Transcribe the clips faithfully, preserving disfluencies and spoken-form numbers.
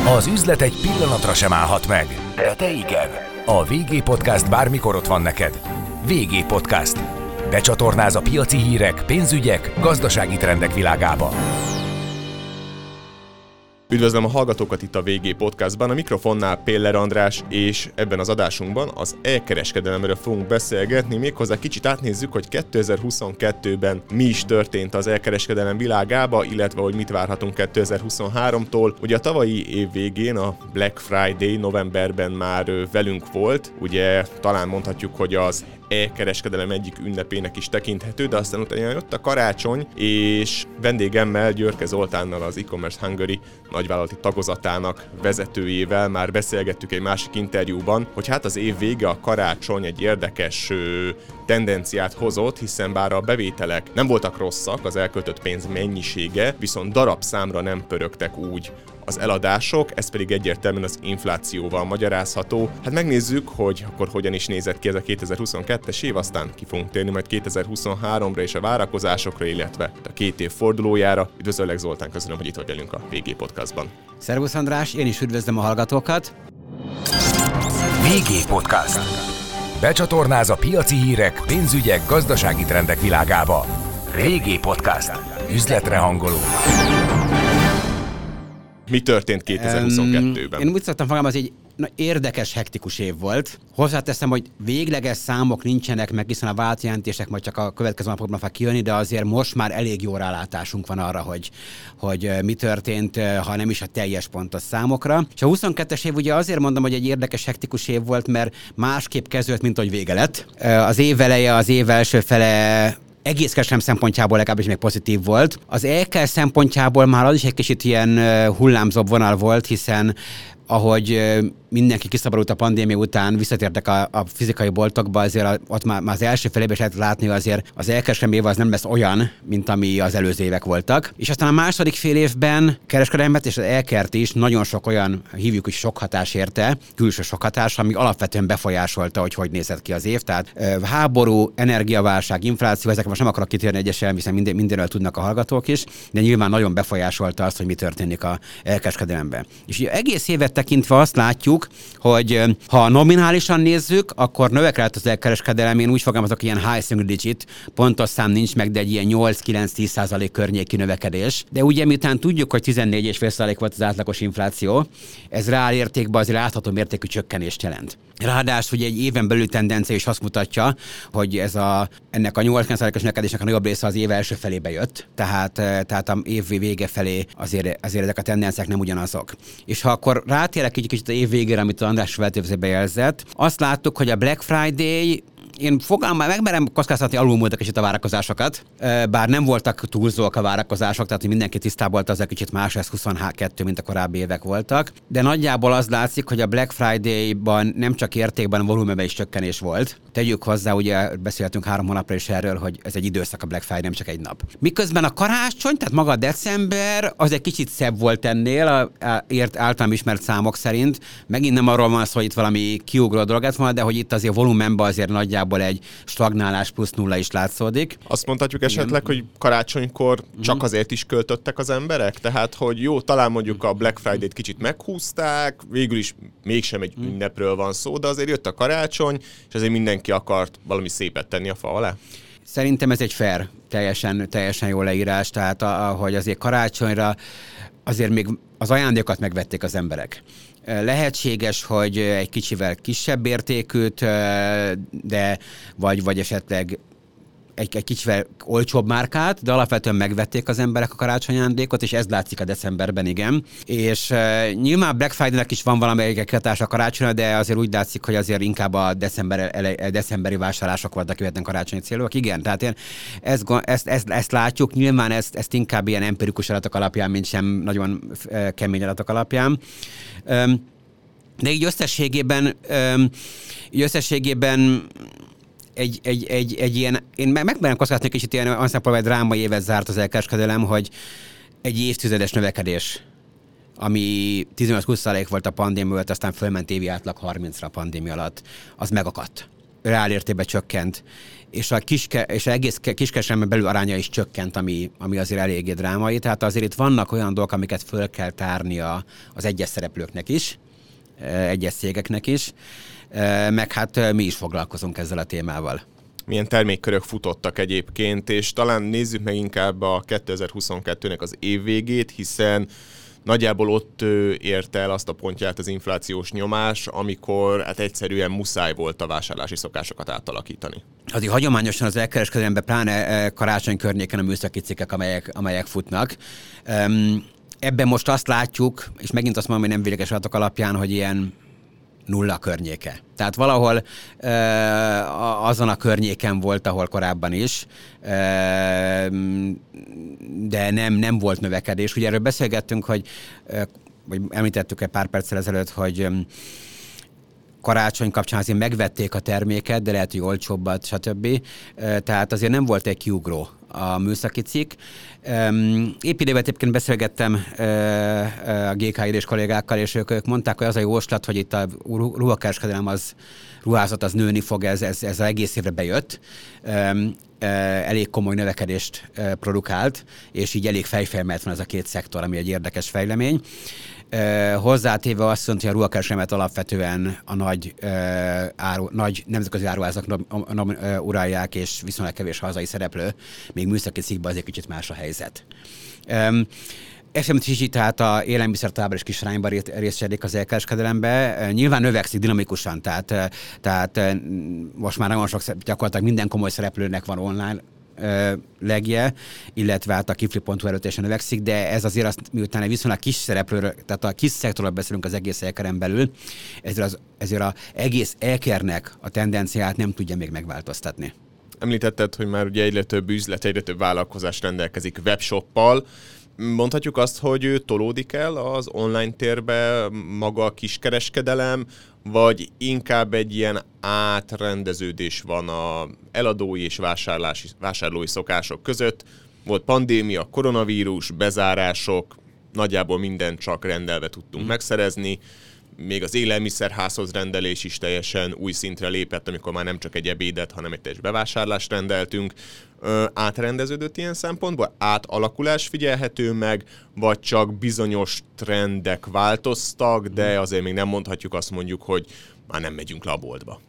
Az üzlet egy pillanatra sem állhat meg, de te igen. A vé gé Podcast bármikor ott van neked. vé gé Podcast. Becsatornáz a piaci hírek, pénzügyek, gazdasági trendek világába. Üdvözlöm a hallgatókat itt a vé gé Podcastban, a mikrofonnál Péller András, és ebben az adásunkban az elkereskedelemről fogunk beszélgetni, méghozzá kicsit átnézzük, hogy kétezer-huszonkettőben mi is történt az elkereskedelem világába, illetve hogy mit várhatunk kétezer-huszonháromtól. Ugye a tavalyi év végén, a Black Friday novemberben már velünk volt, ugye talán mondhatjuk, hogy az e-kereskedelem egyik ünnepének is tekinthető, de aztán utána jött a karácsony, és vendégemmel, Györke Zoltánnal, az e-commerce Hungary nagyvállalati tagozatának vezetőjével már beszélgettük egy másik interjúban, hogy hát az év vége, a karácsony egy érdekes ö, tendenciát hozott, hiszen bár a bevételek nem voltak rosszak, az elköltött pénz mennyisége, viszont darabszámra nem pörögtek úgy az eladások, ez pedig egyértelműen az inflációval magyarázható. Hát megnézzük, hogy akkor hogyan is nézett ki ez a kétezer-huszonkettes év, aztán ki fogunk térni majd kétezer-huszonháromra és a várakozásokra, illetve a két év fordulójára. Üdvözöllek Zoltán, köszönöm, hogy itt vagy velünk a vé gé Podcastban. Szervusz András, én is üdvözlöm a hallgatókat. vé gé Podcast. Becsatornáz a piaci hírek, pénzügyek, gazdasági trendek világába. vé gé Podcast. Üzletre hangoló. Mi történt kétezer-huszonkettőben? Um, én úgy szoktam fogalmazni, hogy egy na, érdekes, hektikus év volt. Hozzáteszem, hogy végleges számok nincsenek meg, hiszen a vállalatjelentések majd csak a következő napokban fog kijönni, de azért most már elég jó rálátásunk van arra, hogy, hogy mi történt, ha nem is a teljes pontos számokra. És a huszonkettes év ugye azért mondom, hogy egy érdekes, hektikus év volt, mert másképp kezdődött, mint hogy vége lett. Az év eleje, az év első fele egész kereskedelem szempontjából legalábbis még pozitív volt. Az e-ker szempontjából már az is egy kicsit ilyen hullámzóbb vonal volt, hiszen ahogy mindenki kiszabadult a pandémia után, visszatértek a, a fizikai boltokba, azért ott már, már az első felében is lehet látni, hogy azért az elkereskedelmi év az nem lesz olyan, mint ami az előző évek voltak. És aztán a második fél évben kereskedelmet és az elkert is nagyon sok olyan, hívjuk is sok hatás érte, külső sok hatás, ami alapvetően befolyásolta, hogy hogy nézett ki az év. Tehát háború, energiaválság, infláció, ezek most nem akarok kitérni egyesen, hiszen minden, mindenről tudnak a hallgatók is, de nyilván nagyon befolyásolta azt, hogy mi történik a elkereskedelemben. És egész évet tekintve azt látjuk, hogy ha nominálisan nézzük, akkor növekedett az elkereskedelem, én úgy fogalmazok, ilyen high single digit, pontos szám nincs meg, de egy ilyen nyolc-kilenc-tíz százalék környéki növekedés. De ugye miután tudjuk, hogy tizennégy egész öt százalék volt az átlagos infláció, ez reál értékben azért látható mértékű csökkenést jelent. Ráadásul ugye egy éven belül tendencia is azt mutatja, hogy ez a, ennek a nyolc százalékos növekedésnek a nagyobb része az év első felébe jött, tehát, tehát a év vége felé azért, azért ezek a tendenciák nem ugyanazok. És ha akkor rátérek egy kicsit az év végére, amit az András feltételezőbe jelzett, azt láttuk, hogy a Black Friday, én fogalmam, megmerem kockáztatni, alulmúltak kicsit a várakozásokat, bár nem voltak túlzóak a várakozások, tehát hogy mindenki tisztában volt az, hogy kicsit más lesz huszonkettő, mint a korábbi évek voltak, de nagyjából az látszik, hogy a Black Friday-ban nem csak értékben, volumenben is csökkenés volt. Tegyük hozzá, ugye beszéltünk három hónapra is erről, hogy ez egy időszak a Black Friday, nem csak egy nap. Miközben a karácsony, tehát maga a december, az egy kicsit szebb volt ennél, a, a, ért általán ismert számok szerint. Megint nem arról van szó, hogy itt valami kiugró dolog lett volna, de hogy itt azért volumenben azért nagyjából egy stagnálás plusz nulla is látszódik. Azt mondhatjuk esetleg, hogy karácsonykor csak azért is költöttek az emberek? Tehát, hogy jó, talán mondjuk a Black Friday-t kicsit meghúzták, végül is mégsem egy ünnepről van szó, de azért jött a karácsony, és azért mindenki akart valami szépet tenni a fa alá? Szerintem ez egy fair, teljesen, teljesen jó leírás, tehát ahogy azért karácsonyra azért még az ajándékokat megvették az emberek. Lehetséges, hogy egy kicsivel kisebb értékűt, de vagy, vagy esetleg egy, egy kicsivel olcsóbb márkát, de alapvetően megvették az emberek a karácsonyajándékot, és ez látszik a decemberben, igen. És uh, nyilván Black Friday-nek is van valami hatás a karácsonyra, de azért úgy látszik, hogy azért inkább a december, ele, decemberi vásárlások voltak követően karácsonyi célúak. Igen, tehát én ezt, ezt, ezt, ezt látjuk, nyilván ezt, ezt inkább ilyen empirikus adatok alapján, mint sem nagyon uh, kemény adatok alapján. Um, de így összességében, um, így összességében Egy, egy, egy, egy ilyen, én megmerem kockáztatni kicsit ilyen, olyan szempontból egy drámai évet zárt az elkereskedelem, hogy egy évtizedes növekedés, ami tizenöt-húsz százalék volt a pandémia alatt, aztán fölment évi átlag harmincra a pandémia alatt, az megakadt. reálértékben csökkent, és a kiske, és az egész kiskereskedelmen belül aránya is csökkent, ami, ami azért eléggé drámai. Tehát azért itt vannak olyan dolgok, amiket föl kell tárni a, az egyes szereplőknek is, egyes cégeknek is, meg hát mi is foglalkozunk ezzel a témával. Milyen termékkörök futottak egyébként, és talán nézzük meg inkább a kétezer-huszonkettőnek az évvégét, hiszen nagyjából ott ért el azt a pontját az inflációs nyomás, amikor hát egyszerűen muszáj volt a vásárlási szokásokat átalakítani. Azért hagyományosan az elkereskedelemben, pláne karácsony környéken a műszaki cikkek, amelyek, amelyek futnak. Ebben most azt látjuk, és megint azt mondom, hogy nem véleges adatok alapján, hogy ilyen nulla környéke. Tehát valahol ö, azon a környéken volt, ahol korábban is, ö, de nem, nem volt növekedés. Ugye erről beszélgettünk, hogy, ö, vagy említettük egy pár perccel ezelőtt, hogy ö, karácsony kapcsán azért megvették a terméket, de lehet, hogy olcsóbbat, stb. Ö, tehát azért nem volt egy kiugró a műszaki cikk. Épp idejében egyébként beszélgettem a gé ká i-s kollégákkal, és ők, ők mondták, hogy az a jóslat, hogy itt a ruhakereskedelem, az ruházat az nőni fog, ez, ez, ez az egész évre bejött. Elég komoly növekedést produkált, és így elég fejfejlmet van ez a két szektor, ami egy érdekes fejlemény. Uh, hozzátéve azt mondta, hogy a ruhakereskedelmet alapvetően a nagy, uh, áru, nagy nemzetközi áruházak nom, nom, uh, uralják, és viszonylag kevés hazai szereplő, még műszaki cikkben azért kicsit más a helyzet. Um, es em té gé, tehát a élelmiszer továbbra is kis arányban részesedik az elkereskedelembe. Uh, nyilván növekszik dinamikusan, tehát, uh, tehát uh, most már nagyon sok, gyakorlatilag minden komoly szereplőnek van online legje, illetve hát a kifli pont hu erőteljesen növekszik, de ez azért azt, miután egy viszonylag kis szereplőről, tehát a kis szektorról beszélünk az egész elkeren belül, ezért az ezért az egész elkernek a tendenciát nem tudja még megváltoztatni. Említetted, hogy már ugye egyre több üzlet, egyre több vállalkozás rendelkezik webshoppal. Mondhatjuk azt, hogy tolódik el az online térbe maga a kiskereskedelem, vagy inkább egy ilyen átrendeződés van a eladói és vásárlási, vásárlói szokások között. Volt pandémia, koronavírus, bezárások, nagyjából mindent csak rendelve tudtunk mm. megszerezni. Még az élelmiszerházhoz rendelés is teljesen új szintre lépett, amikor már nem csak egy ebédet, hanem egy teljes bevásárlást rendeltünk. Ö, átrendeződött ilyen szempontból? Átalakulás figyelhető meg, vagy csak bizonyos trendek változtak, de azért még nem mondhatjuk azt mondjuk, hogy már nem megyünk le a boltba.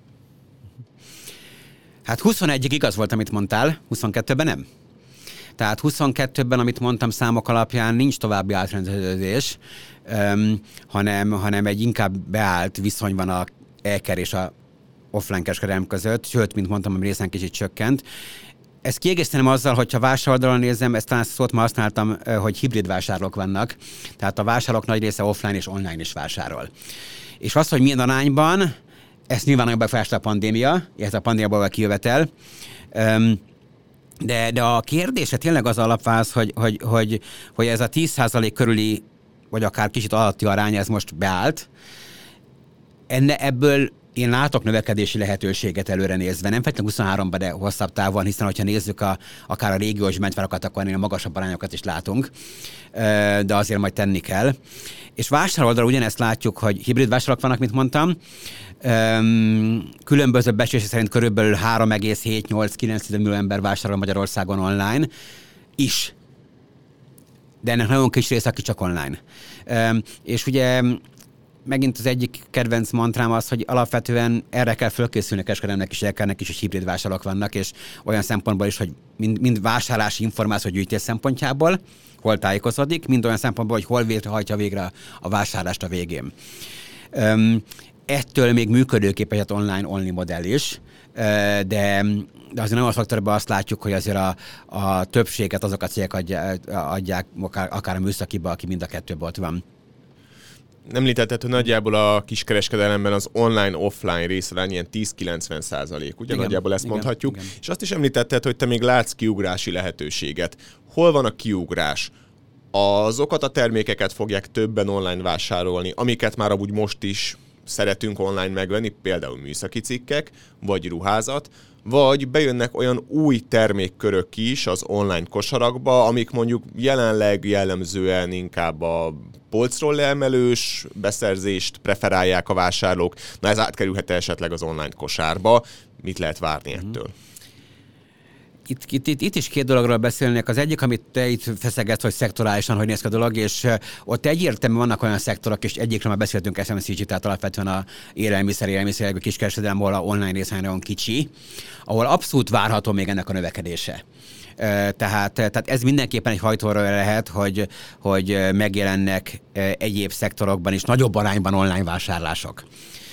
Hát huszonegyig igaz volt, amit mondtál, huszonkettőben nem. Tehát huszonkettőben, amit mondtam számok alapján, nincs további átrendeződés, um, hanem, hanem egy inkább beállt viszony van a e-ker és a offline kereskedelem között, sőt, mint mondtam, ami részen kicsit csökkent. Ezt kiegészítenem azzal, hogyha vásároldalon nézem, ezt talán szót ma használtam, hogy hibrid vásárlók vannak, tehát a vásárlók nagy része offline és online is vásárol. És az, hogy milyen arányban, ezt nyilván nagyon befolyásolta a pandémia, ez a pandémiából kijövetel, um, De, de a kérdése tényleg az alapváz, hogy, hogy, hogy, hogy ez a tíz százalék körüli, vagy akár kicsit alatti arány, ez most beállt. Enne, ebből én látok növekedési lehetőséget előre nézve, nem feltétlenül huszonháromban, de hosszabb távon, hiszen ha nézzük a, akár a régiós benchmarkokat, akkor ennél magasabb arányokat is látunk, de azért majd tenni kell. És vásároldalon ugyanezt látjuk, hogy hibrid vásárlók vannak, mint mondtam, különböző becslések szerint körülbelül három egész hét nyolc kilenc millió ember vásárol Magyarországon online is. De ennek nagyon kis része, aki csak online. És ugye megint az egyik kedvenc mantrám az, hogy alapvetően erre kell fölkészülni a kereskedelemnek és elkernek is, hogy hibrid vásárlók vannak, és olyan szempontból is, hogy mind, mind vásárlási információ gyűjtés szempontjából, hol tájékozódik, mind olyan szempontból, hogy hol hajtja végre a vásárlást a végén. Um, ettől még működőképes az online-only modell is, de, de azért nem a faktorban azt látjuk, hogy azért a, a többséget azok a cégek adják, adják akár, akár a műszakiba, aki mind a kettőben ott van. Említetted, hogy nagyjából a kiskereskedelemben az online-offline részarány ilyen tíz-kilencven százalék, ugye igen, nagyjából ezt igen, mondhatjuk. Igen. És azt is említetted, hogy te még látsz kiugrási lehetőséget. Hol van a kiugrás? Azokat a termékeket fogják többen online vásárolni, amiket már amúgy most is szeretünk online megvenni, például műszaki cikkek, vagy ruházat, vagy bejönnek olyan új termékkörök is az online kosarakba, amik mondjuk jelenleg jellemzően inkább a polcról leemelős beszerzést preferálják a vásárlók. Na ez átkerülhet esetleg az online kosárba. Mit lehet várni ettől? Itt, itt, itt, itt is két dologról beszélnék. Az egyik, amit te itt feszegetsz, hogy szektorálisan hogy néz ki a dolog, és ott egyértelműen vannak olyan szektorok, és egyikről már beszéltünk es em cé gé, tehát alapvetően a élelmiszer, élelmiszer, kiskereskedelem, ahol a online részen nagyon kicsi, ahol abszolút várható még ennek a növekedése. Tehát, tehát ez mindenképpen egy hajtóra lehet, hogy, hogy megjelennek egyéb szektorokban is nagyobb arányban online vásárlások.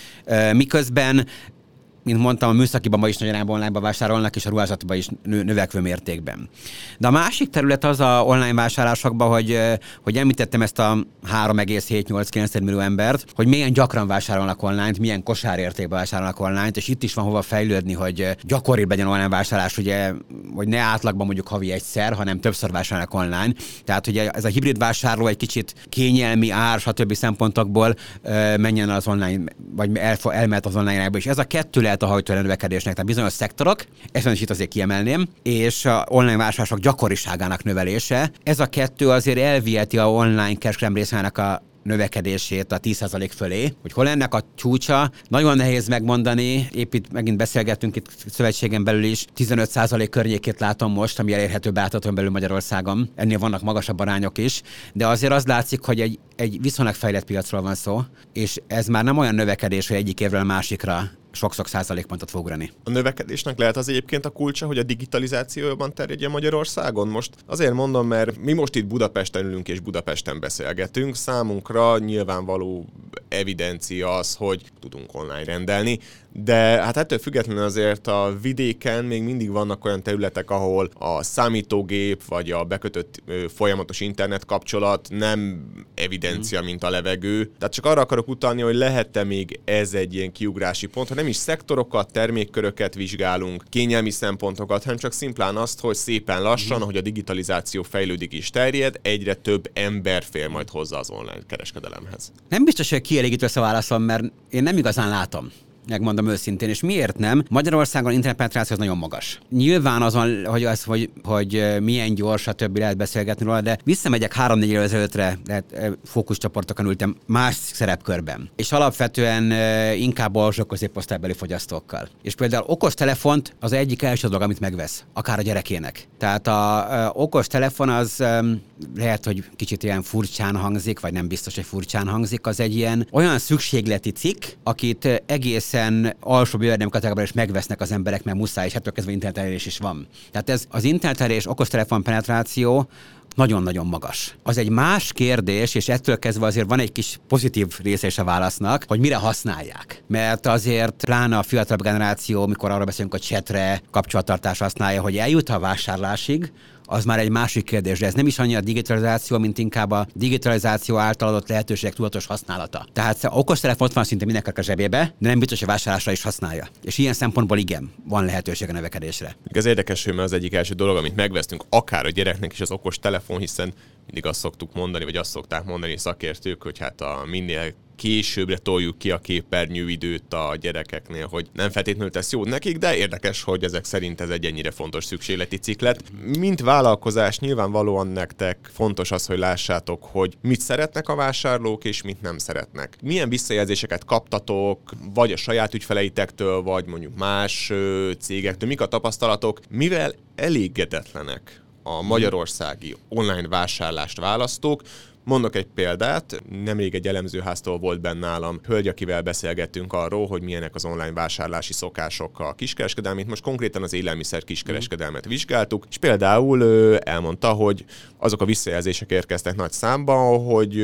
Miközben, mint mondtam, a műszakiban ma is nagy arányban online vásárolnak, és a ruházatban is nő, növekvő mértékben. De a másik terület az a online vásárlásokban, hogy, hogy említettem ezt a három egész hét nyolc kilenc millió embert, hogy milyen gyakran vásárolnak online, milyen kosárértékben vásárolnak online, és itt is van hova fejlődni, hogy gyakoribb legyen online vásárlás, ugye, hogy ne átlagban mondjuk havi egyszer, hanem többször vásárolnak online. Tehát ugye ez a hibrid vásárló egy kicsit kényelmi, ár, stb. Szempontokból menjen az online, vagy el, elmehet az online-ba, és ez a kettő lehet a hajtója növekedésnek, tehát bizonyos szektorok, ezt is itt azért kiemelném, és a online vásárlások gyakoriságának növelése. Ez a kettő azért elviheti a online kereskedelem részének a növekedését a tíz százalék fölé, hogy hol ennek a csúcsa, nagyon nehéz megmondani, épp itt megint beszélgettünk itt szövetségen belül is, tizenöt százalék környékét látom most, ami elérhető beállítóan belül Magyarországon. Ennél vannak magasabb arányok is, de azért az látszik, hogy egy, egy viszonylag fejlett piacról van szó, és ez már nem olyan növekedés, hogy egyik évről a másikra sok-sok százalékpontot fog ugrani. A növekedésnek lehet az egyébként a kulcsa, hogy a digitalizációban terjedjen Magyarországon? Most azért mondom, mert mi most itt Budapesten ülünk és Budapesten beszélgetünk. Számunkra nyilvánvaló evidencia az, hogy tudunk online rendelni, de hát ettől függetlenül azért a vidéken még mindig vannak olyan területek, ahol a számítógép vagy a bekötött folyamatos internet kapcsolat nem evidencia, mint a levegő. Tehát csak arra akarok utalni, hogy lehet-e még ez egy ilyen kiugrási pont, ha nem is szektorokat, termékköröket vizsgálunk, kényelmi szempontokat, hanem csak szimplán azt, hogy szépen lassan, ahogy a digitalizáció fejlődik és terjed, egyre több ember fér majd hozzá az online kereskedelemhez. Nem biztos, hogy kielégítő a válaszom, mert én nem igazán látom. Megmondom őszintén, és miért nem? Magyarországon internetpenetráció az nagyon magas. Nyilván azon, hogy az, hogy, hogy milyen gyors, stb. Lehet beszélgetni róla, de visszamegyek három-négy évvel ezelőttre, tehát fókuszcsoportokon ültem más szerepkörben. És alapvetően inkább alsó középosztálybeli fogyasztókkal. És például okos telefont az egyik első dolog, amit megvesz, akár a gyerekének. Tehát a okos telefon az lehet, hogy kicsit ilyen furcsán hangzik, vagy nem biztos, hogy furcsán hangzik, az egy ilyen olyan szükségleti cikk, akit egész alsóbb jövedelmi kategóriában is megvesznek az emberek, mert muszáj, és ettől kezdve internetelérés is van. Tehát ez az internetelérés, okostelefon penetráció nagyon-nagyon magas. Az egy más kérdés, és ettől kezdve azért van egy kis pozitív része is a válasznak, hogy mire használják. Mert azért pláne a fiatalabb generáció, mikor arra beszélünk, hogy chatre, kapcsolattartás használja, hogy eljut a vásárlásig, az már egy másik kérdés, de ez nem is annyira a digitalizáció, mint inkább a digitalizáció által adott lehetőségek tudatos használata. Tehát az okostelefon ott van szinte mindenkinek a zsebébe, de nem biztos, hogy vásárlásra is használja. És ilyen szempontból igen, van lehetőség a növekedésre. Ez érdekes, hogy az egyik első dolog, amit megvesztünk, akár a gyereknek is az okos telefon, hiszen mindig azt szoktuk mondani, vagy azt szokták mondani szakértők, hogy hát a minél későbbre toljuk ki a képernyőidőt a gyerekeknél, hogy nem feltétlenül tesz jót nekik, de érdekes, hogy ezek szerint ez egy ennyire fontos szükségleti ciklet. Mint vállalkozás nyilvánvalóan nektek fontos az, hogy lássátok, hogy mit szeretnek a vásárlók, és mit nem szeretnek. Milyen visszajelzéseket kaptatok, vagy a saját ügyfeleitektől, vagy mondjuk más cégektől, mik a tapasztalatok, mivel elégedetlenek a magyarországi online vásárlást választók. Mondok egy példát, nemrég egy elemzőháztól volt benne nálam hölgy, akivel beszélgettünk arról, hogy milyenek az online vásárlási szokások a kiskereskedelmét. Most konkrétan az élelmiszer kiskereskedelmet vizsgáltuk, és például elmondta, hogy azok a visszajelzések érkeztek nagy számban, hogy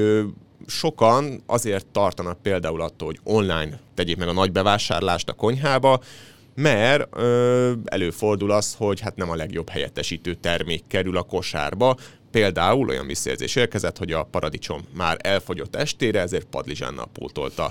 sokan azért tartanak például attól, hogy online tegyék meg a nagy bevásárlást a konyhába, mert ö, előfordul az, hogy hát nem a legjobb helyettesítő termék kerül a kosárba, Például olyan visszajelzés érkezett, hogy a paradicsom már elfogyott estére, ezért padlizsánnal pótolta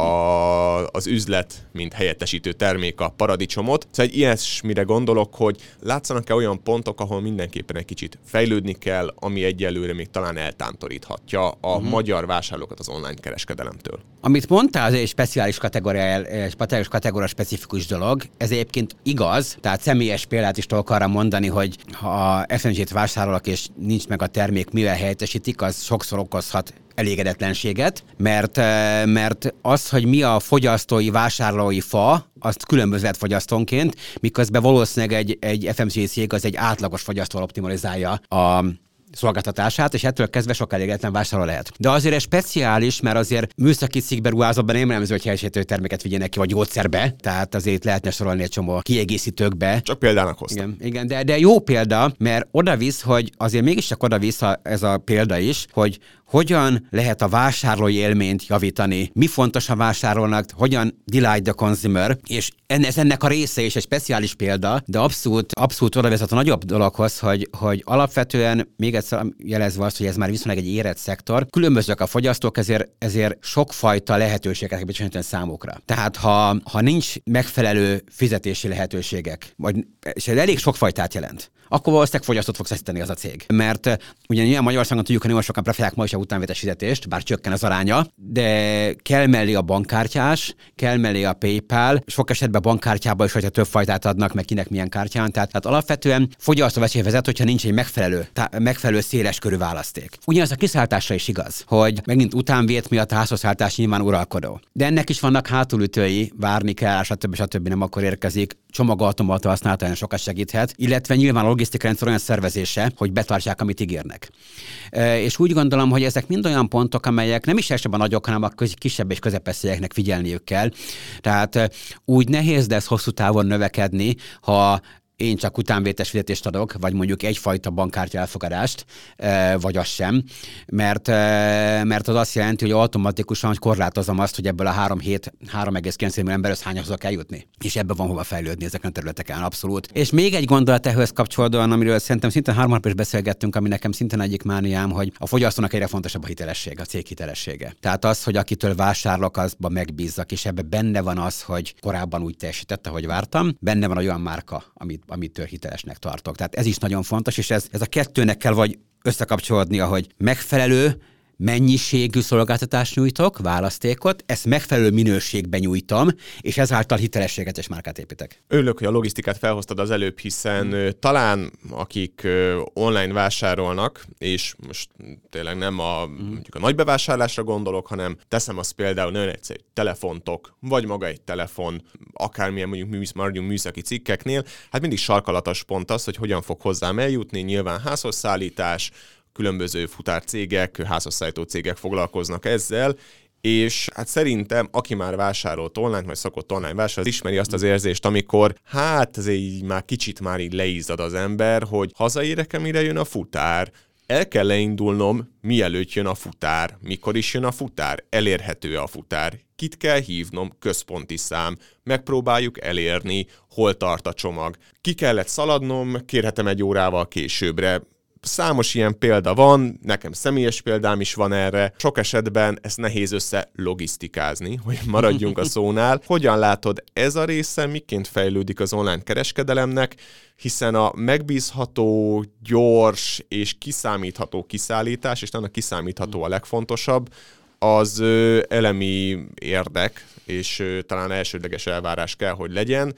a, az üzlet, mint helyettesítő termék a paradicsomot. Szóval egy ilyesmire gondolok, hogy látszanak-e olyan pontok, ahol mindenképpen egy kicsit fejlődni kell, ami egyelőre még talán eltántoríthatja a uh-huh. magyar vásárlókat az online kereskedelemtől. Amit mondtál, az egy speciális kategória, speciális kategória specifikus dolog. Ez egyébként igaz, tehát személyes példát is tudok arra mondani, hogy ha ef em gét vásárolok és nincs meg a termék, mivel helyettesítik, az sokszor okozhat elégedetlenséget, mert, mert az, hogy mi a fogyasztói, vásárlói fa, azt különbözhet fogyasztónként, miközben valószínűleg egy, egy ef em gé cég az egy átlagos fogyasztóval optimalizálja a szolgáltatását, és ettől kezdve sok elégedetlen vásárló lehet. De azért ez speciális, mert azért műszaki cikkbe ruházatban nem jellemző, hogy helyettesítő terméket vigyenek ki, vagy gyógyszerbe, tehát azért lehetne sorolni egy csomó kiegészítőkbe. Csak példának hoztam. Igen, igen, de, de jó példa, mert odavisz, hogy azért mégiscsak odavisz ez a példa is, hogy hogyan lehet a vásárlói élményt javítani, mi fontos a vásárlónak, hogyan delight the consumer, és ez ennek a része is egy speciális példa, de abszolút, abszolút odavezet a nagyobb dologhoz, hogy, hogy alapvetően még egyszer jelezve azt, hogy ez már viszonylag egy érett szektor, különbözők a fogyasztók, ezért, ezért sokfajta lehetőségek bizonyítani számukra. Tehát ha, ha nincs megfelelő fizetési lehetőségek, vagy, és ez elég sokfajtát jelent, akkor valószínűleg fogyasztót fog szeszíteni az a cég. Mert ugye ilyen Magyarországon tudjuk, hogy nagyon sokan preferálják ma is a utánvétes fizetést, bár csökken az aránya, de kell mellé a bankkártyás, kell mellé a PayPal, sok esetben bankkártyában is, hogyha több fajtát adnak, meg kinek milyen kártyán. Tehát, tehát alapvetően fogyasztóveszély vezet, hogyha nincs egy megfelelő, tá- megfelelő széles körű választék. Ugyanaz a kiszálltásra is igaz, hogy megint utánvét miatt a házhozszálltás nyilván uralkodó. De ennek is vannak hátulütői, várni kell, stb. stb. Nem akkor érkezik. Csomagautomata használata sokat segíthet, illetve nyilván a logisztikai rendszer olyan szervezése, hogy betartsák, amit ígérnek. E, és úgy gondolom, hogy ezek mind olyan pontok, amelyek nem is elsősorban nagyok, hanem a kisebb és közepes cégeknek figyelniük kell. Tehát úgy nehéz lesz hosszú távon növekedni, ha én csak utánvétes fizetést adok, vagy mondjuk egyfajta bankkártya elfogadást, vagy az sem, mert, mert az azt jelenti, hogy automatikusan hogy korlátozom azt, hogy ebből a három hét, három egész kilenc millió emberhez hányhoz kell jutni. És ebben van hova fejlődni ezeken a területeken, abszolút. És még egy gondolat ehhez kapcsolódóan, amiről szerintem szintén három napos beszélgettünk, ami nekem szintén egyik mániám, hogy a fogyasztónak egyre fontosabb a hitelesség, a cég hitelessége. Tehát az, hogy akitől vásárolok, azba megbízzak, és ebben benne van az, hogy korábban úgy teljesítette, ahogy vártam, benne van olyan márka, amit amitől hitelesnek tartok. Tehát ez is nagyon fontos, és ez, ez a kettőnek kell vagy összekapcsolódnia, hogy megfelelő mennyiségű szolgáltatást nyújtok, választékot, ezt megfelelő minőségben nyújtom, és ezáltal hitelességet és márkát építek. Örülök, hogy a logisztikát felhoztad az előbb, hiszen mm. talán akik online vásárolnak, és most tényleg nem a, mm. mondjuk a nagy bevásárlásra gondolok, hanem teszem azt például nagyon egyszerű, telefontok, vagy maga egy telefon, akármilyen mondjuk műsz, maradjunk műszaki cikkeknél, hát mindig sarkalatos pont az, hogy hogyan fog hozzám eljutni, nyilván házhoz szállítás, különböző futárcégek, házhozszállító cégek foglalkoznak ezzel, és hát szerintem, aki már vásárolt online, vagy szokott online vásárolni, ismeri azt az érzést, amikor hát ez így már kicsit már így leizzad az ember, hogy hazaérek-e, mire jön a futár, el kell leindulnom, mielőtt jön a futár, mikor is jön a futár, elérhető a futár, kit kell hívnom, központi szám, megpróbáljuk elérni, hol tart a csomag, ki kellett szaladnom, kérhetem egy órával későbbre. Számos ilyen példa van, nekem személyes példám is van erre. Sok esetben ezt nehéz össze logisztikázni, hogy maradjunk a szónál. Hogyan látod, ez a része miként fejlődik az online kereskedelemnek, hiszen a megbízható, gyors és kiszámítható kiszállítás, és talán a kiszámítható a legfontosabb, az ö, elemi érdek, és ö, talán elsődleges elvárás kell, hogy legyen.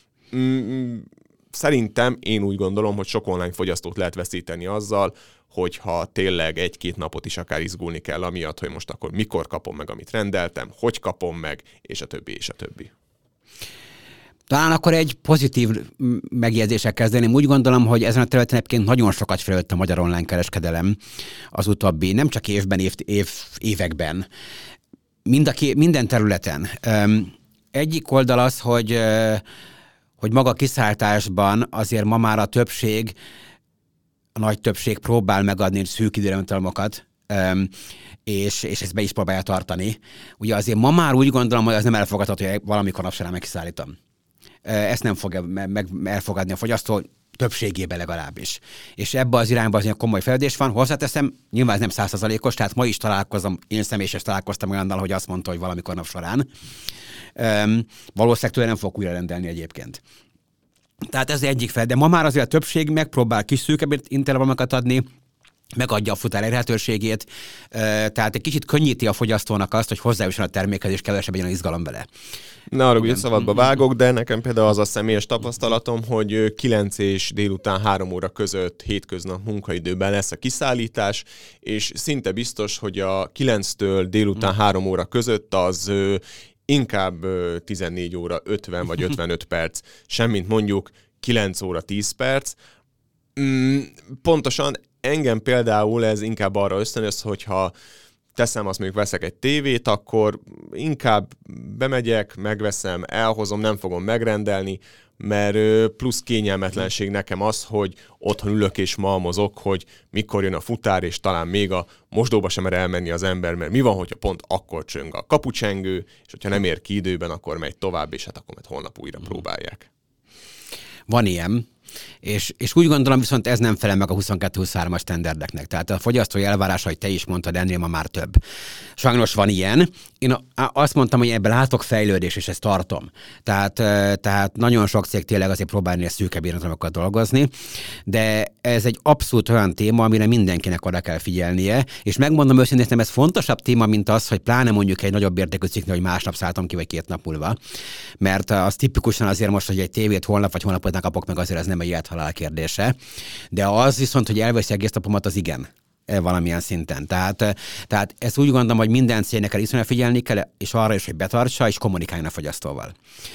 Mm, Szerintem én úgy gondolom, hogy sok online fogyasztót lehet veszíteni azzal, hogyha tényleg egy-két napot is akár izgulni kell amiatt, hogy most akkor mikor kapom meg, amit rendeltem, hogy kapom meg, és a többi, és a többi. Talán akkor egy pozitív megjegyzéssel kezdeném. Úgy gondolom, hogy ezen a területen egyébként nagyon sokat fejlődött a magyar online kereskedelem az utóbbi, nem csak évben, év, év, években, mind a ké, minden területen. Egyik oldal az, hogy hogy maga kiszállításban azért ma már a többség, a nagy többség próbál megadni szűk időremutalmokat, és, és ezt be is próbálja tartani. Ugye azért ma már úgy gondolom, hogy az nem elfogadható, hogy valamikor nap során megkiszállítom. Ezt nem fogja meg elfogadni a fogyasztó. többségében legalábbis. És ebbe az irányba azért komoly fejlődés van. Hozzáteszem, nyilván ez nem száz százalékos, tehát ma is találkozom, én személyesen találkoztam olyannal, hogy azt mondta, hogy valamikor nap során. Üm, valószínűleg tőle nem fogok újra rendelni egyébként. Tehát ez egyik fel, de ma már azért a többség megpróbál kis szűkebb intervallumokat adni, megadja a futár elérhetőségét, tehát egy kicsit könnyíti a fogyasztónak azt, hogy hozzájusson a termékhez, és kevesebb legyen izgalom vele. Ne arra, hogy szabadba vágok, de nekem például az a személyes tapasztalatom, hogy kilenc és délután három óra között hétköznap munkaidőben lesz a kiszállítás, és szinte biztos, hogy a kilenctől délután három óra között az inkább tizennégy óra ötven vagy ötvenöt perc, semmint mondjuk kilenc óra tíz perc. Mm, pontosan engem például ez inkább arra ösztönöz, hogyha teszem azt, mondjuk veszek egy tévét, akkor inkább bemegyek, megveszem, elhozom, nem fogom megrendelni, mert plusz kényelmetlenség nekem az, hogy otthon ülök és malmozok, hogy mikor jön a futár, és talán még a mosdóba sem mer elmenni az ember, mert mi van, hogyha pont akkor csöng a kapucsengő, és hogyha nem ér ki időben, akkor megy tovább, és hát akkor majd holnap újra próbálják. Van ilyen. És, és úgy gondolom, viszont ez nem felel meg a huszonkettő huszonhármas standardeknek. Tehát a fogyasztói elvárás, hogy te is mondtad, ennél ma már több. Sajnos van ilyen. Én azt mondtam, hogy ebben látok fejlődés, és ezt tartom. Tehát, tehát nagyon sok cég tényleg azért próbálni a szűkebb irányzatokkal dolgozni, de ez egy abszolút olyan téma, amire mindenkinek oda kell figyelnie, és megmondom őszintén, ez fontosabb téma, mint az, hogy pláne mondjuk egy nagyobb értékű cikknél, hogy másnap szálltam ki, vagy két nap múlva. Mert az tipikusan azért most, hogy egy tévét holnap vagy holnap után kapok meg, azért ez nem egy élethalál kérdése. De az viszont, hogy elveszi egész napomat, az igen. Valamilyen szinten. Tehát, tehát ezt úgy gondolom, hogy minden cégnek kell iszonyat figyelni kell, és arra is, hogy betartsa, és kommunikáljon a fogyasztóval.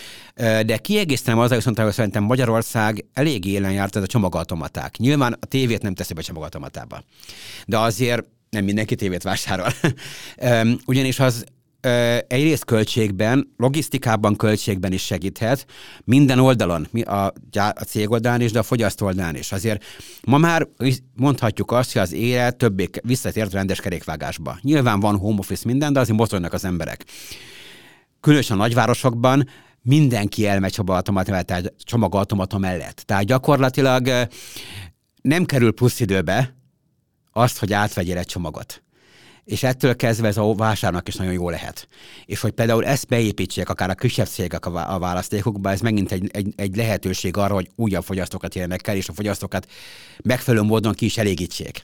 De kiegészítem azzal, viszont, hogy szerintem Magyarország elég élen járt ez a csomagautomaták. Nyilván a tévét nem teszi be csomagautomatába. De azért nem mindenki tévét vásárol. Ugyanis az egyrészt költségben, logisztikában, költségben is segíthet, minden oldalon, a, a cég oldalán is, de a fogyasztó oldalán is. Azért ma már mondhatjuk azt, hogy az élet többé visszatért rendes kerékvágásba. Nyilván van home office minden, de azért mozognak az emberek. Különösen a nagyvárosokban mindenki elmegy csomagautomata mellett. Tehát gyakorlatilag nem kerül plusz időbe azt, hogy átvegyél egy csomagot. És ettől kezdve ez a vásárnak is nagyon jó lehet. És hogy például ezt beépítsék akár a kisebb cégek a választékokba, ez megint egy, egy, egy lehetőség arra, hogy újabb fogyasztókat érjenek el, és a fogyasztókat megfelelő módon ki is elégítsék.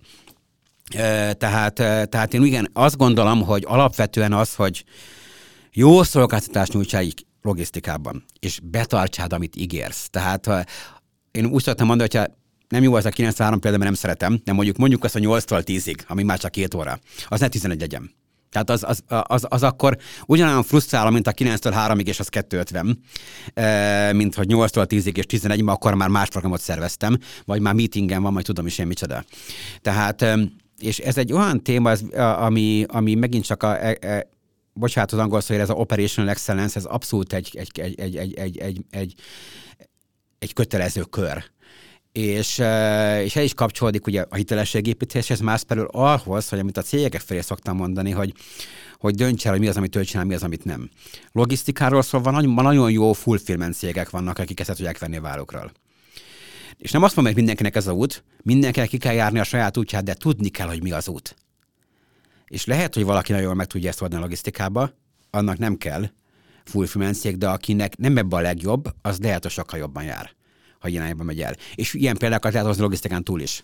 Tehát, tehát én igen, azt gondolom, hogy alapvetően az, hogy jó szolgáltatást nyújtsál logisztikában, és betartsád, amit ígérsz. Tehát én úgy szoktam mondani, hogyha nem jó az a kilencvenhárom például, mert nem szeretem, de mondjuk mondjuk azt a nyolctól tízig, ami már csak két óra. Az ne tizenegy legyen. Tehát az, az, az, az akkor ugyanolyan frusztráló, mint a kilenctől háromig, és az kettő ötven, mint hogy nyolctól tízig és tizenegy, mert akkor már más programot szerveztem, vagy már meetingen van, majd tudom is én micsoda. Tehát, és ez egy olyan téma, ami, ami megint csak a, a, a bocsánat az angol szó, ez az operational excellence, ez abszolút egy, egy, egy, egy, egy, egy, egy, egy, egy kötelező kör. És, és el is kapcsolódik ugye a hitelességépítéshez, más belül ahhoz, hogy amit a cégek felé szoktam mondani, hogy, hogy dönts el, hogy mi az, amit ő csinál, mi az, amit nem. Logisztikáról szólva nagyon, nagyon jó fulfillment cégek vannak, akik ezt tudják venni a vállukról. És nem azt mondom, hogy mindenkinek ez az út, mindenkinek ki kell járni a saját útját, de tudni kell, hogy mi az út. És lehet, hogy valaki nagyon jól meg tudja ezt adni a logisztikába, annak nem kell fulfillment cég, de akinek nem ebben a legjobb, az lehet, hogy sokkal jobban jár, ha irányba megy el. És ilyen példákat lehet hozni logisztikán túl is.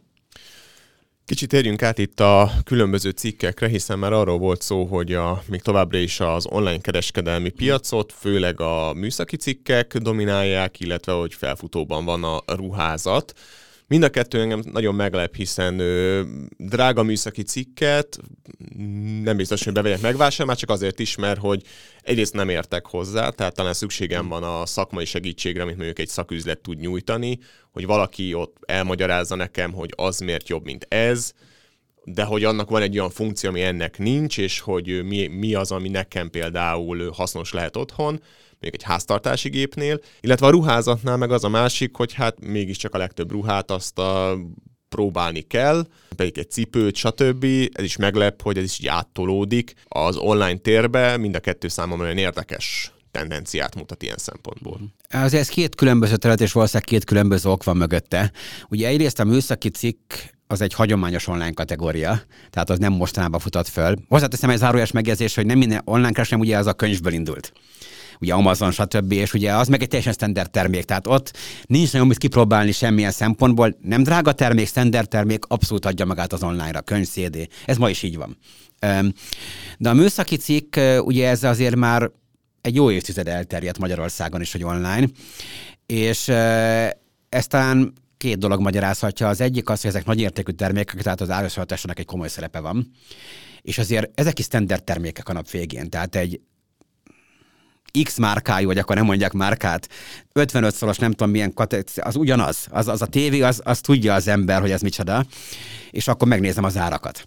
Kicsit térjünk át itt a különböző cikkekre, hiszen már arról volt szó, hogy a, még továbbra is az online kereskedelmi piacot, főleg a műszaki cikkek dominálják, illetve hogy felfutóban van a ruházat. Mind a kettő engem nagyon meglep, hiszen ö, drága műszaki cikket nem biztos, hogy bevegyek megvásárolni, már csak azért is, mert hogy egyrészt nem értek hozzá, tehát talán szükségem van a szakmai segítségre, amit mondjuk egy szaküzlet tud nyújtani, hogy valaki ott elmagyarázza nekem, hogy az miért jobb, mint ez, de hogy annak van egy olyan funkció, ami ennek nincs, és hogy mi, mi az, ami nekem például hasznos lehet otthon, még egy háztartási gépnél, illetve a ruházatnál meg az a másik, hogy hát mégiscsak a legtöbb ruhát azt a, próbálni kell, pedig egy cipőt, stb. Ez is meglep, hogy ez is így áttolódik az online térbe, mind a kettő számomra olyan érdekes tendenciát mutat ilyen szempontból. Azért ez két különböző terület, és valószínűleg két különböző ok van mögötte. Ugye egyrészt a műszaki cikk az egy hagyományos online kategória, tehát az nem mostanában futott föl. Hozzáteszem egy zárójeles megjegyzés, hogy nem minden online kereskedelem ugye az a könyvből indult. Ugye Amazon, stb. És ugye az meg egy teljesen standard termék, tehát ott nincs nagyon mit kipróbálni semmilyen szempontból. Nem drága termék, standard termék, abszolút adja magát az online-ra, könyv, cé dé. Ez ma is így van. De a műszaki cikk, ugye ez azért már egy jó évtized elterjedt Magyarországon is, hogy online, és ez talán két dolog magyarázhatja. Az egyik az, hogy ezek nagyértékű termékek, tehát az árusolatásának egy komoly szerepe van. És azért ezek is standard termékek a nap végén. Tehát egy X márkájú, vagy akkor nem mondják márkát, ötvenöt szoros, nem tudom milyen, az ugyanaz. Az, az a tévé, az, az tudja az ember, hogy ez micsoda, és akkor megnézem az árakat.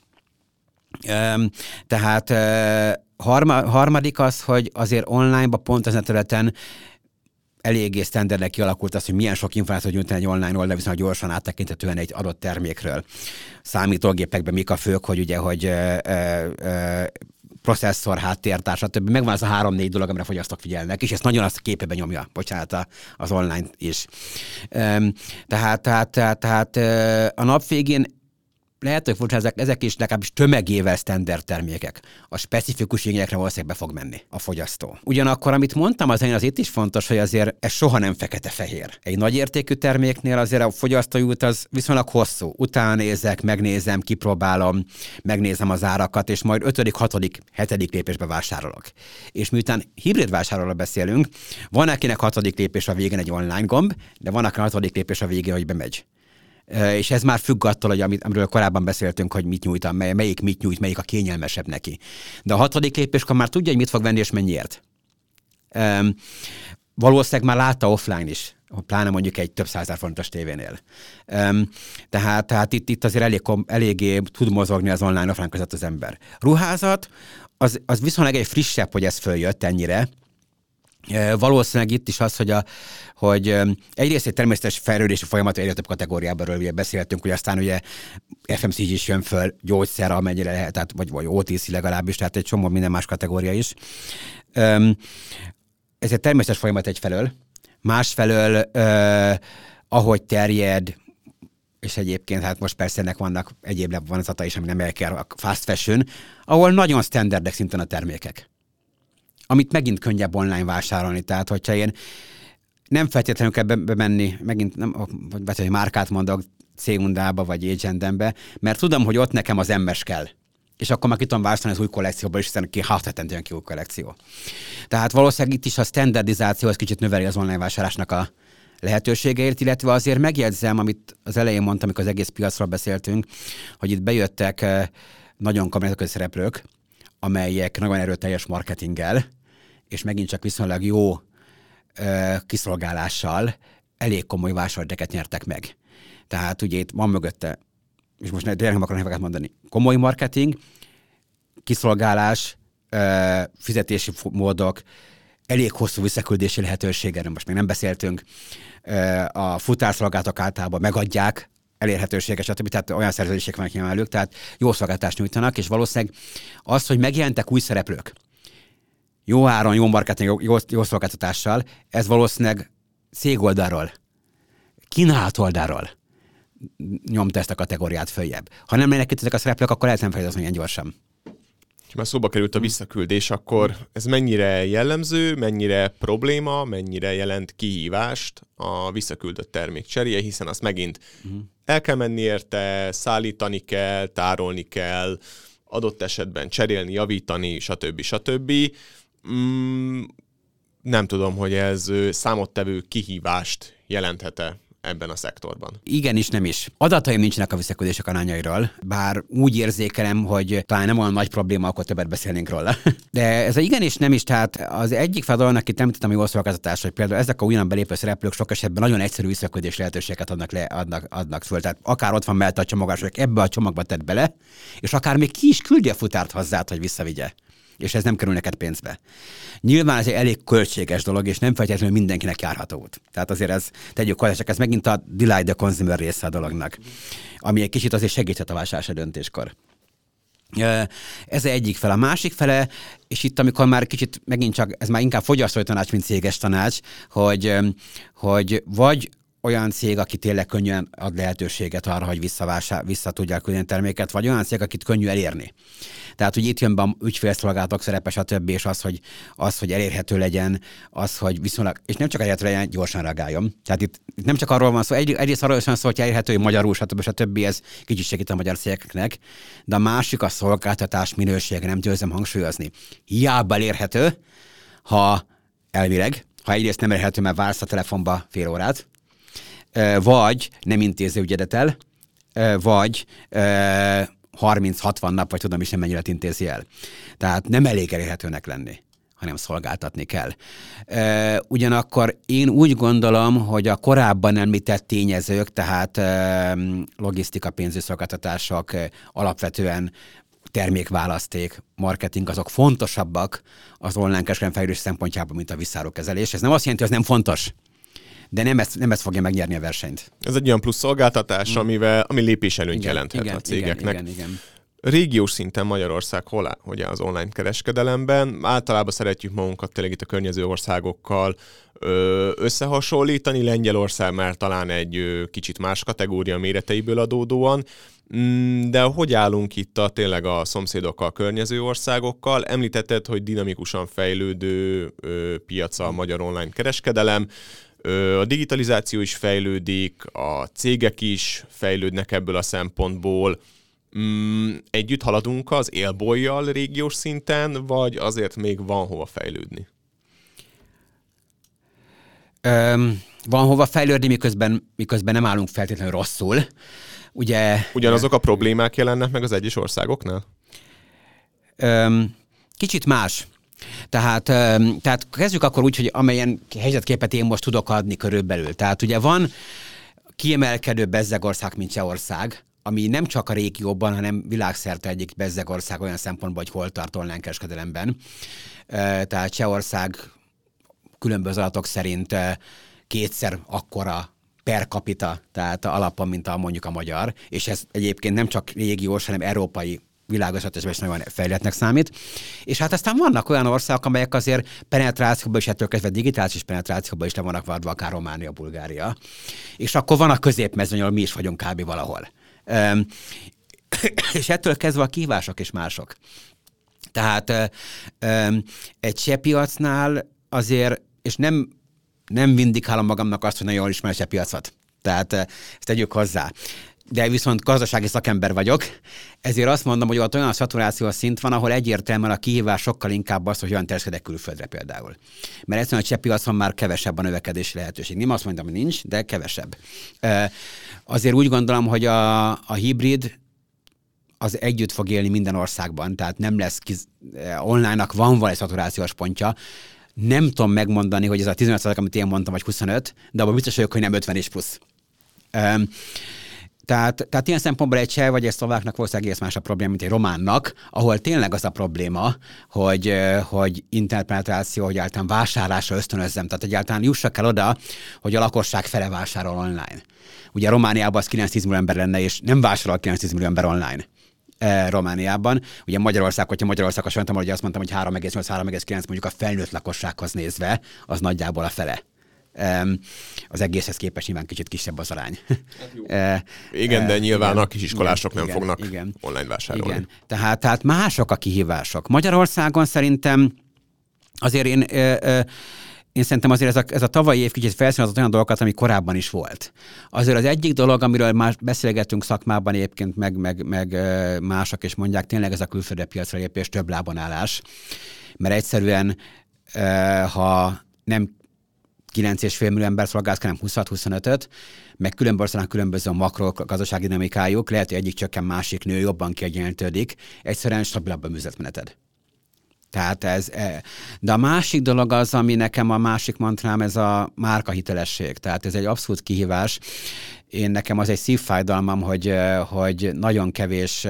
Tehát harma, harmadik az, hogy azért online-ban pont ezen a területen eléggé standardnek kialakult az, hogy milyen sok információt nyújtani egy online oldal, viszont gyorsan áttekintetően egy adott termékről. Számítógépekben mik a fők, hogy ugye, hogy ö, ö, processzor, háttértár, stb. Megvan az a három-négy dolog, amire fogyasztók figyelnek, és ezt nagyon azt a képében nyomja, bocsánat, az online is. Tehát, tehát, tehát, tehát a nap végén lehet, hogy furcsa, ezek, ezek is legalábbis tömegével standard termékek. A specifikus igényekre valószínűleg be fog menni a fogyasztó. Ugyanakkor, amit mondtam, az én az itt is fontos, hogy azért ez soha nem fekete-fehér. Egy nagy értékű terméknél azért a fogyasztói út az viszonylag hosszú. Utána nézek, megnézem, kipróbálom, megnézem az árakat, és majd ötödik, hatodik, hetedik lépésbe vásárolok. És miután hibrid vásárolóról beszélünk, van akinek hatodik lépés a végén egy online gomb, de van akinek hatodik lépés a végén, hogy bemegy. És ez már függ attól, hogy amit, amiről korábban beszéltünk, hogy mit nyújtam, mely, melyik mit nyújt, melyik a kényelmesebb neki. De a hatodik lépéskor már tudja, hogy mit fog venni és mennyiért. Um, valószínűleg már látta offline is, pláne mondjuk egy több százezer forintos tévénél. Um, tehát, tehát itt, itt azért elég, eléggé tud mozogni az online-offline között az ember. Ruházat, az, az viszonylag egy frissebb, hogy ez följött ennyire. Valószínűleg itt is az, hogy, a, hogy egyrészt egy természetes fejlődési folyamat, egyre több kategóriából ugye beszéltünk, hogy aztán ugye ef em cé gé is jön föl, gyógyszer, amennyire lehet, tehát, vagy, vagy o té cé legalábbis, tehát egy csomó minden más kategória is. Ez egy természetes folyamat egyfelől. Másfelől, eh, ahogy terjed, és egyébként hát most persze ennek vannak egyéb vonzata is, ami nem el kell, a fast fashion, ahol nagyon standardek szinten a termékek, amit megint könnyebb online vásárolni. Tehát, hogyha én nem feltétlenül kell bemenni, megint nem, vagy hogy márkát mondok, C-undába vagy Agentembe, mert tudom, hogy ott nekem az em es kell. És akkor már ki tudom vásárolni az új kollekcióból, és hiszen ki hat hetente jön ki új kollekció. Tehát valószínűleg itt is a standardizáció az kicsit növeli az online vásárlásnak a lehetőségeit, illetve azért megjegyzem, amit az elején mondtam, amikor az egész piacról beszéltünk, hogy itt bejöttek nagyon komoly szereplők, amelyek nagyon erőteljes marketinggel, és megint csak viszonylag jó ö, kiszolgálással elég komoly vásárlóerőket nyertek meg. Tehát ugye itt van mögötte, és most tényleg nem akarom neveket mondani, komoly marketing, kiszolgálás, ö, fizetési módok, elég hosszú visszaküldési lehetőséggel, most még nem beszéltünk, ö, a futárszolgáltatók általában megadják elérhetőséget, stb. Tehát olyan szerződések vannak nyilván, tehát jó szolgáltást nyújtanak, és valószínűleg az, hogy megjelentek új szereplők, jó áron, jó marketing, jó, jó szolgáltatással, ez valószínűleg cég oldalról, kínálat oldalról nyomta ezt a kategóriát följebb. Ha nem lennének itt ezek a szereplők, akkor lehet nem fejlődni ilyen gyorsan. Ha már szóba került a visszaküldés, akkor ez mennyire jellemző, mennyire probléma, mennyire jelent kihívást a visszaküldött termék cseréje, hiszen azt megint uh-huh. el kell menni érte, szállítani kell, tárolni kell, adott esetben cserélni, javítani, stb. stb. Mm, nem tudom, hogy ez számottevő kihívást jelenthet-e ebben a szektorban. Igen is, nem is. Adataim nincsenek a visszaküldések arányairól, bár úgy érzékelem, hogy talán nem olyan nagy probléma, akkor többet beszélnénk róla. De ez a igen és nem is, tehát az egyik feladat, akit említettem, a jó szolgáltatás, hogy például ezek a újonnan belépő szereplők sok esetben nagyon egyszerű visszaküldés lehetőséget adnak, le, adnak, adnak föl. Tehát akár ott van mellett a csomagolás, hogy ebbe a csomagba tett bele, és akár még ki is küldi a futárt hozzád, hogy visszavigye. És ez nem kerül neked pénzbe. Nyilván ez egy elég költséges dolog, és nem feltétlenül mindenkinek járható út. Tehát azért ez, tegyük hozzá, csak ez megint a delay the consumer része a dolognak, ami egy kicsit azért segíthet a vásárlási döntéskor. Ez egyik fele. A másik fele, és itt amikor már kicsit megint csak, ez már inkább fogyasztói tanács, mint céges tanács, hogy, hogy vagy olyan cég, aki tényleg könnyen ad lehetőséget arra, hogy visszavásár, vissza tudják küldeni terméket, vagy olyan cég, akit könnyű elérni. Tehát, hogy itt jön be a ügyfélszolgálatok szerepe, stb. És az, hogy, az, hogy elérhető legyen, az, hogy viszonylag, és nem csak elérhető legyen, gyorsan reagáljon. Tehát itt, itt nem csak arról van szó, egy, egyrészt arról van szó, hogy elérhető, hogy magyarul, stb. stb. Ez kicsit segít a magyar cégeknek, de a másik a szolgáltatás minősége, nem győzem hangsúlyozni. Hiába elérhető, ha elvileg, ha egyrészt nem elérhető, mert vársz a telefonba fél órát, vagy nem intézi ügyedet el, vagy harminc-hatvan nap, vagy tudom is nem mennyire intézi el. Tehát nem elég elérhetőnek lenni, hanem szolgáltatni kell. Ugyanakkor én úgy gondolom, hogy a korábban említett tényezők, tehát logisztika, pénzügyszolgáltatások, alapvetően termékválaszték, marketing, azok fontosabbak az online kereskedelem fejlődés szempontjából, mint a visszárókezelés. Ez nem azt jelenti, hogy ez nem fontos, de nem ezt, nem ezt fogja megnyerni a versenyt. Ez egy olyan plusz szolgáltatás, amivel, ami lépéselőnyt jelenthet igen, a cégeknek. Igen, igen, igen. Régiós szinten Magyarország hol áll, ugye az online kereskedelemben? Általában szeretjük magunkat tényleg itt a környező országokkal összehasonlítani. Lengyelország már talán egy kicsit más kategória méreteiből adódóan, de hogy állunk itt a, tényleg a szomszédokkal, környező országokkal? Említetted, hogy dinamikusan fejlődő piaca a magyar online kereskedelem. A digitalizáció is fejlődik, a cégek is fejlődnek ebből a szempontból. Együtt haladunk az élbollyal régiós szinten, vagy azért még van hova fejlődni? Öm, van hova fejlődni, miközben, miközben nem állunk feltétlenül rosszul. Ugye, Ugyanazok a problémák jelennek meg az egyes országoknál? Öm, kicsit más. Tehát, tehát kezdjük akkor úgy, hogy amelyen helyzetképet én most tudok adni körülbelül. Tehát ugye van kiemelkedő bezzegország, mint Csehország, ami nem csak a régióban, hanem világszerte egyik bezzegország olyan szempontból, hogy hol tart online kereskedelemben. Tehát Csehország különböző adatok szerint kétszer akkora per capita, tehát alapon, mint a mondjuk a magyar, és ez egyébként nem csak régiós, hanem európai világosatásban is nagyon fejlettnek számít. És hát aztán vannak olyan országok, amelyek azért penetrációban és ettől kezdve digitális penetrációban is le vannak vadva, akár Románia, Bulgária. És akkor van a középmezőny, ahol mi is vagyunk kb. Valahol. Üm, és ettől kezdve a kihívások is mások. Tehát üm, egy cseh piacnál azért, és nem, nem vindikálom magamnak azt, hogy nagyon jól ismerem a cseh piacot. Tehát ezt tegyük hozzá. De viszont gazdasági szakember vagyok, ezért azt mondom, hogy ott olyan szaturációs szint van, ahol egyértelműen a kihívás sokkal inkább az, hogy olyan kereskedek külföldre például. Mert egyszerűen a cseh piacon már kevesebb a növekedési lehetőség. Nem azt mondom, hogy nincs, de kevesebb. Azért úgy gondolom, hogy a, a hibrid az együtt fog élni minden országban, tehát nem lesz kiz... online-nak van valami szaturációs pontja. Nem tudom megmondani, hogy ez a tizenöt százalék, amit én mondtam, vagy huszonöt, de abban biztos vagyok, hogy nem ötven és plusz. Tehát, tehát ilyen szempontból egy cseh vagy egy szlováknak valószínűleg egész más a probléma, mint egy románnak, ahol tényleg az a probléma, hogy, hogy internetpenetráció, hogy egyáltalán vásárlásra ösztönözzem. Tehát egyáltalán jussak el oda, hogy a lakosság fele vásárol online. Ugye Romániában az kilenc-tíz millió ember lenne, és nem vásárol kilenc-tíz millió ember online. E, Romániában. Ugye Magyarország, hogyha Magyarország hasonlítom, hogy azt mondtam, hogy három egész nyolc három egész kilenc mondjuk a felnőtt lakossághoz nézve, az nagyjából a fele. Um, az egészhez képest nyilván kicsit kisebb az arány. Hát uh, igen, de nyilván igen, a kisiskolások igen, nem igen, fognak igen, online vásárolni. Igen. Tehát, tehát mások a kihívások. Magyarországon szerintem azért én, ö, ö, én szerintem azért ez a, ez a tavalyi év kicsit felszínazott olyan dolgokat, ami korábban is volt. Azért az egyik dolog, amiről már beszélgettünk szakmában egyébként, meg, meg, meg mások is mondják, tényleg ez a külföldi piacra lépés, több lábon állás. Mert egyszerűen, ö, ha nem kilenc egész öt millió ember szolgálsz, hanem húsz-huszonötöt, meg különböző különböző makrogazdasági dinamikájuk, lehet, hogy egyik csökken, másik nő, jobban kiegyenlítődik, egyszerűen stabilabb a műzetmeneted. Tehát ez, de a másik dolog az, ami nekem a másik mantrám, ez a márkahitelesség. Tehát ez egy abszolút kihívás. Én nekem az egy szívfájdalmam, hogy, hogy nagyon kevés,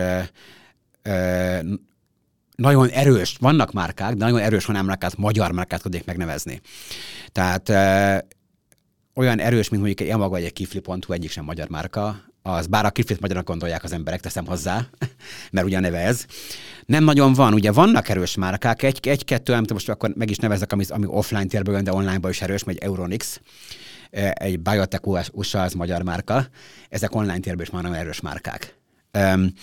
nagyon erős, vannak márkák, de nagyon erős van márkát, magyar márkát tudnék megnevezni. Tehát olyan erős, mint mondjuk egy Yamaha vagy egy Kifli pont hu, egyik sem magyar márka, az bár a Kriflit magyarnak gondolják az emberek, teszem hozzá, mert ugye a neve ez. Nem nagyon van, ugye vannak erős márkák, egy, egy-kettő, amit most akkor meg is nevezek, ami, ami offline térben jön, de online-ban is erős, egy Euronix, egy Biotech u es á, az magyar márka, ezek online térben is már nagyon erős márkák. Um,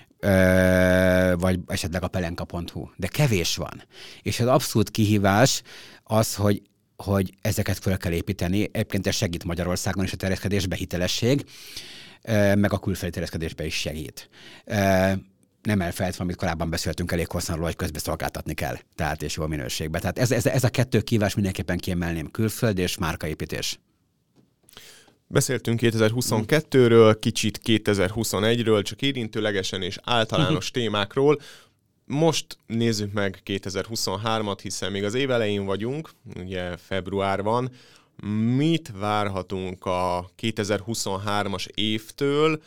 Ö, vagy esetleg a pelenka pont hu. De kevés van. És az abszolút kihívás az, hogy, hogy ezeket fel kell építeni. Egyébként ez segít Magyarországon is a terjeszkedésbe, hitelesség, ö, meg a külföldi terjeszkedésbe is segít. Ö, nem elfelejtve, amit korábban beszéltünk elég hosszanról, hogy közbeszolgáltatni kell, tehát és jó minőségben. Tehát ez, ez, ez a kettő kihívás mindenképpen kiemelném, külföld és márkaépítés. Beszéltünk kétezer-huszonkettőről, kicsit kétezer-huszonegyről, csak érintőlegesen és általános témákról. Most nézzük meg kétezer-huszonhármat, hiszen még az év elején vagyunk, ugye február van. Mit várhatunk a kétezer-huszonhármas évtől?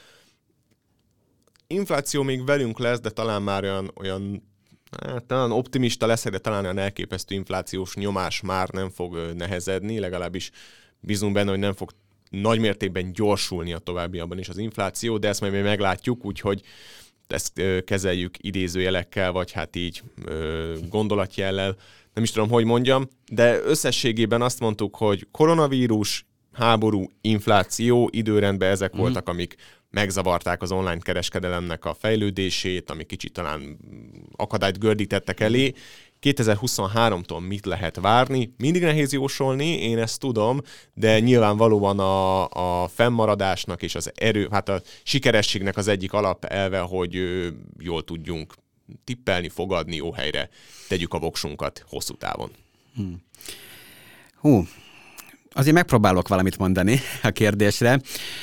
Infláció még velünk lesz, de talán már olyan, olyan hát, talán optimista leszek, de talán olyan elképesztő inflációs nyomás már nem fog nehezedni, legalábbis bízunk benne, hogy nem fog nagy mértékben gyorsulni a továbbiakban is az infláció, de ezt majd még meglátjuk, úgyhogy ezt kezeljük idézőjelekkel, vagy hát így gondolatjellel, nem is tudom, hogy mondjam, de összességében azt mondtuk, hogy koronavírus, háború, infláció, időrendben ezek mm. voltak, amik megzavarták az online kereskedelemnek a fejlődését, amik kicsit talán akadályt gördítettek elé. kétezer-huszonháromtól mit lehet várni? Mindig nehéz jósolni, én ezt tudom, de nyilvánvalóan a, a fennmaradásnak és az erő, hát a sikerességnek az egyik alapelve, hogy jól tudjunk tippelni, fogadni, jó helyre tegyük a voksunkat hosszú távon. Hmm. Hú, azért megpróbálok valamit mondani a kérdésre.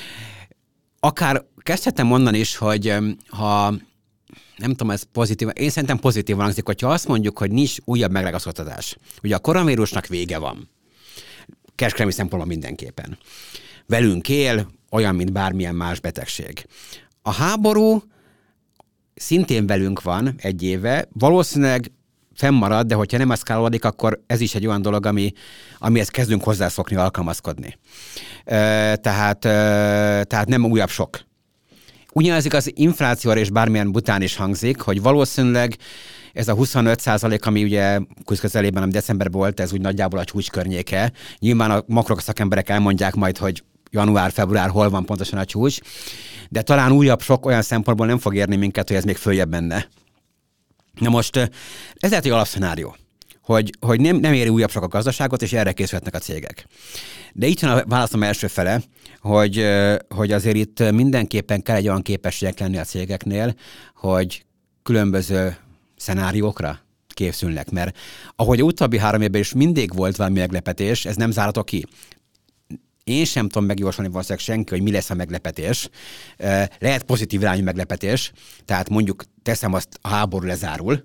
Akár kezdhetem mondani is, hogy ha nem tudom, ez pozitív. Én szerintem pozitívan hangzik, hogyha azt mondjuk, hogy nincs újabb megragaszkodás. Ugye a koronavírusnak vége van. Kereskedelmi szempontból mindenképpen. Velünk él, olyan, mint bármilyen más betegség. A háború szintén velünk van egy éve, valószínűleg fennmarad, de hogyha nem eszkálódik, akkor ez is egy olyan dolog, ami, amihez kezdünk hozzászokni, alkalmazkodni. E, tehát, e, tehát nem újabb sok. Ugyanez az inflációra és bármilyen bután is hangzik, hogy valószínűleg ez a huszonöt százalék, ami ugye közelében, ami decemberben volt, ez úgy nagyjából a csúcs környéke. Nyilván a makroszakemberek elmondják majd, hogy január, február hol van pontosan a csúcs, de talán újabb sok olyan szempontból nem fog érni minket, hogy ez még följebb menne. Na most ez lehet egy alapszenárió, hogy, hogy nem, nem éri újabb sok a gazdaságot, és erre készülhetnek a cégek. De itt van a válaszom első fele, hogy, hogy azért itt mindenképpen kell egy olyan képességek lenni a cégeknél, hogy különböző szenáriókra készülnek, mert ahogy utóbbi három évben is mindig volt valami meglepetés, ez nem zárható ki. Én sem tudom megjósolni valószínűleg senki, hogy mi lesz a meglepetés. Lehet pozitív irányú meglepetés, tehát mondjuk teszem azt, a háború lezárul,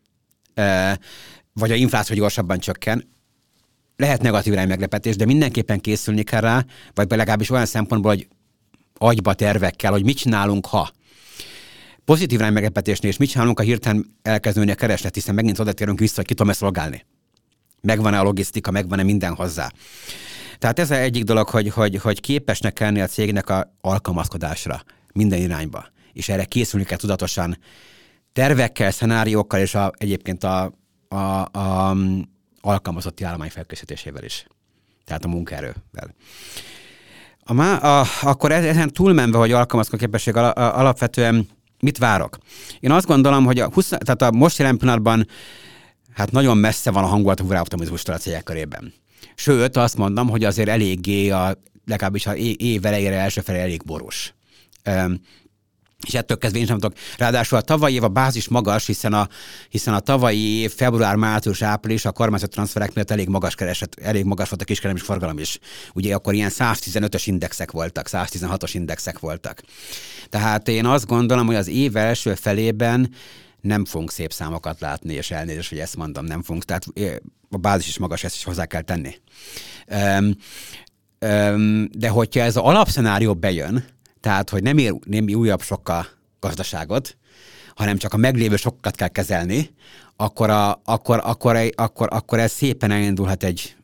vagy a infláció gyorsabban csökken. Lehet negatív irányú meglepetés, de mindenképpen készülni kell rá, vagy legalábbis olyan szempontból, hogy agyba tervekkel, hogy mit csinálunk, ha. Pozitív irányú meglepetésnél is mit csinálunk, a hirtelen elkezdődni a kereslet, hiszen megint oda térünk vissza, hogy ki tudom ezt szolgálni. Megvan-e a logisztika, megvan-e minden hozzá. Tehát ez az egyik dolog, hogy, hogy, hogy képesnek kell lenni a cégnek a alkalmazkodásra minden irányba. És erre készülni kell tudatosan tervekkel, szenáriókkal, és a, egyébként a, a, a alkalmazotti állomány felkészítésével is. Tehát a munkaerővel. A má, a, akkor ezen túlmenve, hogy alkalmazkodó képesség al, a, alapvetően mit várok? Én azt gondolom, hogy a, húsz, tehát a most jelen pillanatban hát nagyon messze van a hangulat a optimizmustól a cégek körében. Sőt, azt mondom, hogy azért eléggé, a, legalábbis a év elejére első felé elég boros. Um, és ettől kezdve én sem tudok. Ráadásul a tavalyi év a bázis magas, hiszen a, hiszen a tavalyi év február, március, április a kormányzati transferek miatt elég magas kereset, elég magas volt a kiskereskedelmi forgalom is. Ugye akkor ilyen száztizenötös indexek voltak, száztizenhatos indexek voltak. Tehát én azt gondolom, hogy az év első felében nem fogunk szép számokat látni, és elnézést, hogy ezt mondom, nem fogunk. Tehát a bázis is magas, ezt is hozzá kell tenni. Um, um, de hogyha ez az alapszenárió bejön, tehát, hogy nem ér, nem ér újabb sokkal gazdaságot, hanem csak a meglévő sokat kell kezelni, akkor, a, akkor, akkor, akkor, akkor ez szépen elindulhat egy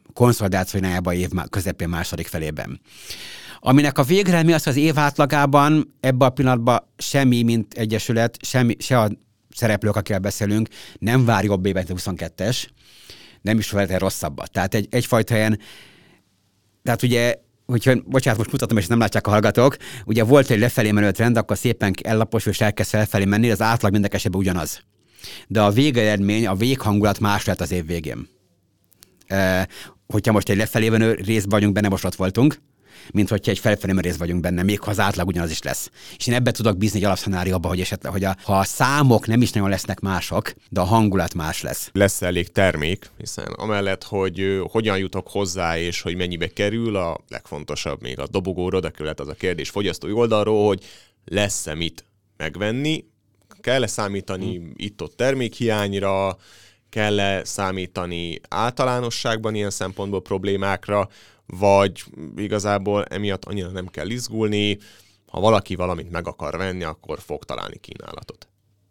konszolidáció irányába év közepén második felében. Aminek a végeredmény az, az év átlagában ebben a pillanatban semmi, mint egyesület, semmi, se a szereplők, akikkel beszélünk, nem vár jobb évet, mint huszonkettes, nem is feltétlenül rosszabbat. Tehát egy, egyfajta ilyen, tehát ugye, hogyha, bocsánat, most mutatom, és nem látják a hallgatók, ugye volt egy lefelé menő trend, akkor szépen ellaposul, és elkezd felfelé menni, az átlag minden esetben ugyanaz. De a végeredmény, a véghangulat más lett az év végén. E, hogyha most egy lefelé menő részben vagyunk benne, most ott voltunk, mint hogyha egy felfelé menő részben vagyunk benne, még ha az átlag ugyanaz is lesz. És én ebbe tudok bízni egy alapszenárióba, hogy esetleg, hogy a, ha a számok nem is nagyon lesznek mások, de a hangulat más lesz. Lesz elég termék, hiszen amellett, hogy uh, hogyan jutok hozzá, és hogy mennyibe kerül, a legfontosabb még a dobogóra, oda került az a kérdés fogyasztói oldalról, hogy lesz-e mit megvenni, kell-e számítani hmm. itt-ott termékhiányra, kell-e számítani általánosságban ilyen szempontból problémákra, vagy igazából emiatt annyira nem kell izgulni, ha valaki valamit meg akar venni, akkor fog találni kínálatot.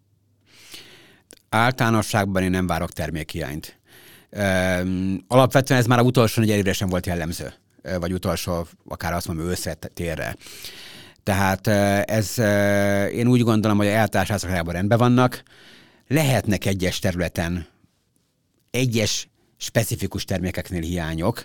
Általánosságban én nem várok termékhiányt. Alapvetően ez már a utolsó négy évre sem volt jellemző, vagy utolsó, akár azt mondom, őszre térre. Tehát ez, én úgy gondolom, hogy a eltársázakában rendben vannak. Lehetnek egyes területen, egyes specifikus termékeknél hiányok,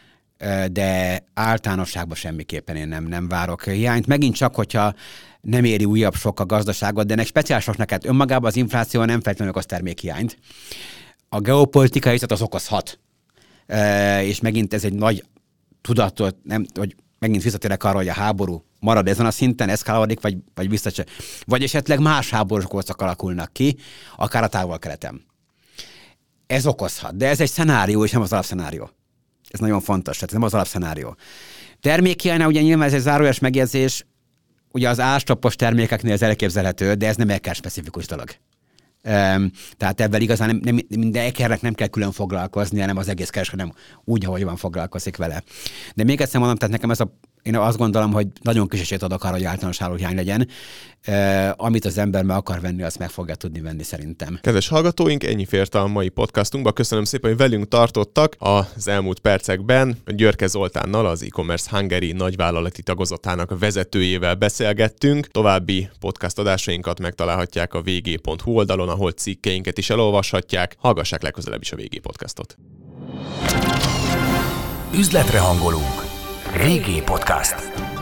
de általánosságban semmiképpen én nem, nem várok hiányt. Megint csak, hogyha nem éri újabb sok a gazdaságot, de ennek speciálisok neked önmagában az infláció nem feltétlenül okoz termékhiányt. A geopolitikai helyzet az okozhat. És megint ez egy nagy tudatot, nem, hogy megint visszatérek arra, hogy a háború marad ezen a szinten, eszkálódik, vagy, vagy visszacső. Vagy esetleg más háborús korszak alakulnak ki, akár a távol-keleten. Ez okozhat, de ez egy szenárió, és nem az alapszenárió. Ez nagyon fontos, tehát ez nem az alapszenárió. Termékhiánynál ugye nyilván ez egy zárójeles megjegyzés, ugye az ástapos termékeknél ez elképzelhető, de ez nem ekkel specifikus dolog. Um, tehát ebben igazán nem, nem, minden ekernek nem kell külön foglalkozni, hanem az egész kereskedelem úgy, ahogy van foglalkozik vele. De még egyszer mondom, tehát nekem ez a, én azt gondolom, hogy nagyon kis esélyt adok arra, hogy általános áruhiány legyen. Uh, amit az ember meg akar venni, azt meg fogja tudni venni szerintem. Kedves hallgatóink, ennyi fért a mai podcastunkba. Köszönöm szépen, hogy velünk tartottak az elmúlt percekben. Györke Zoltánnal, az e-commerce Hungary nagyvállalati tagozatának vezetőjével beszélgettünk. További podcast adásainkat megtalálhatják a v g pont hu oldalon, ahol cikkeinket is elolvashatják. Hallgassák legközelebb is a vé gé Podcastot. Üzletre hangolunk. vé gé Podcast.